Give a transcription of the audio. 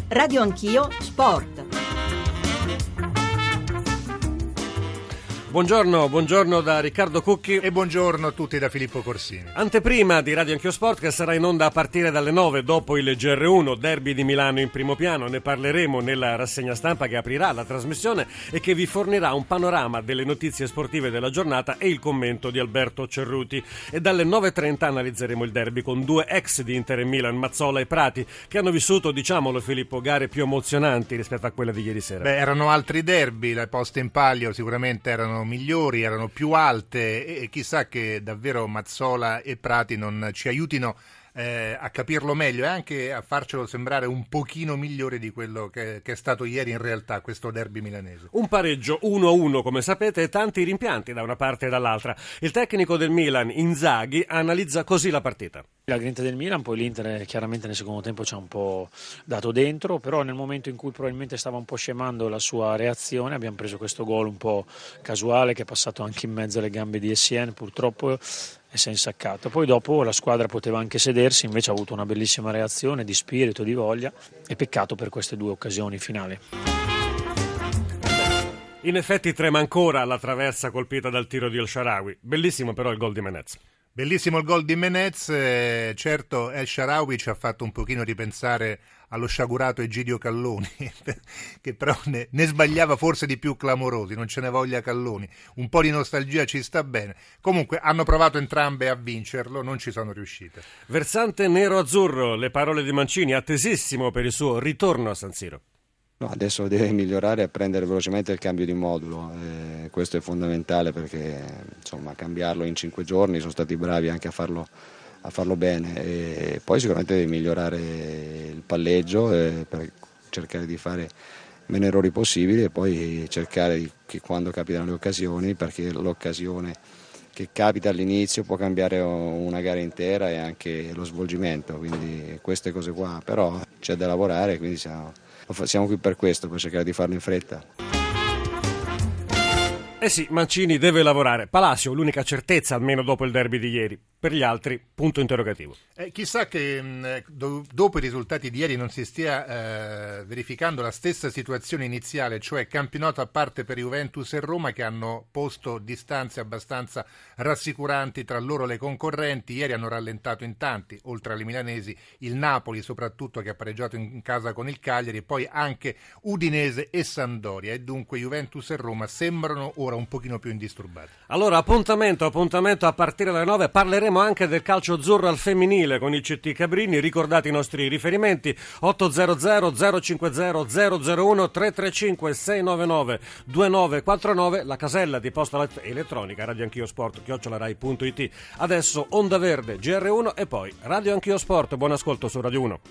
Radio Anch'io Sport. Buongiorno da Riccardo Cucchi e buongiorno a tutti da Filippo Corsini. Anteprima di Radio Anch'io Sport, che sarà in onda a partire dalle 9 dopo il GR1, derby di Milano in primo piano. Ne parleremo nella rassegna stampa che aprirà la trasmissione e che vi fornirà un panorama delle notizie sportive della giornata e il commento di Alberto Cerruti. E dalle 9.30 analizzeremo il derby con due ex di Inter e Milan, Mazzola e Prati, che hanno vissuto, diciamolo Filippo, gare più emozionanti rispetto a quella di ieri sera. Erano altri derby, le poste in palio sicuramente erano migliori, erano più alte e chissà che davvero Mazzola e Prati non ci aiutino a capirlo meglio e anche a farcelo sembrare un pochino migliore di quello che è stato ieri in realtà questo derby milanese. Un pareggio 1-1 come sapete e tanti rimpianti da una parte e dall'altra. Il tecnico del Milan, Inzaghi, analizza così la partita. La grinta del Milan, poi l'Inter chiaramente nel secondo tempo ci ha un po' dato dentro, però nel momento in cui probabilmente stava un po' scemando la sua reazione abbiamo preso questo gol un po' casuale che è passato anche in mezzo alle gambe di Essien purtroppo e si è insaccato. Poi dopo la squadra poteva anche sedersi, invece ha avuto una bellissima reazione di spirito, di voglia e peccato per queste due occasioni finali. In effetti trema ancora la traversa colpita dal tiro di El Shaarawy. Bellissimo però il gol di Menez. Bellissimo il gol di Menez, certo El Shaarawy ci ha fatto un pochino ripensare allo sciagurato Egidio Calloni, che però ne sbagliava forse di più clamorosi, non ce ne voglia Calloni, un po' di nostalgia ci sta bene. Comunque hanno provato entrambe a vincerlo, non ci sono riuscite. Versante nero-azzurro, le parole di Mancini, attesissimo per il suo ritorno a San Siro. No, adesso deve migliorare e prendere velocemente il cambio di modulo, questo è fondamentale perché insomma cambiarlo in 5 giorni, sono stati bravi anche a farlo bene e poi sicuramente deve migliorare il palleggio per cercare di fare meno errori possibili e poi cercare che quando capitano le occasioni, perché l'occasione che capita all'inizio può cambiare una gara intera e anche lo svolgimento, quindi queste cose qua, però c'è da lavorare, quindi siamo qui per questo, per cercare di farlo in fretta. Eh sì, Mancini deve lavorare. Palacio, l'unica certezza almeno dopo il derby di ieri. Per gli altri, punto interrogativo. Chissà che dopo i risultati di ieri non si stia verificando la stessa situazione iniziale, cioè campionato a parte per Juventus e Roma che hanno posto distanze abbastanza rassicuranti tra loro le concorrenti. Ieri hanno rallentato in tanti, oltre alle milanesi, il Napoli soprattutto che ha pareggiato in casa con il Cagliari e poi anche Udinese e Sampdoria e dunque Juventus e Roma sembrano ora un pochino più indisturbati. Allora appuntamento a partire dalle 9, parleremo anche del calcio azzurro al femminile con il CT Cabrini. Ricordate i nostri riferimenti: 800 050 001 335 699 2949, la casella di posta elettronica radioanchiosport@rai.it. Adesso Onda Verde, GR1 e poi Radio Anch'io Sport. Buon ascolto su Radio 1.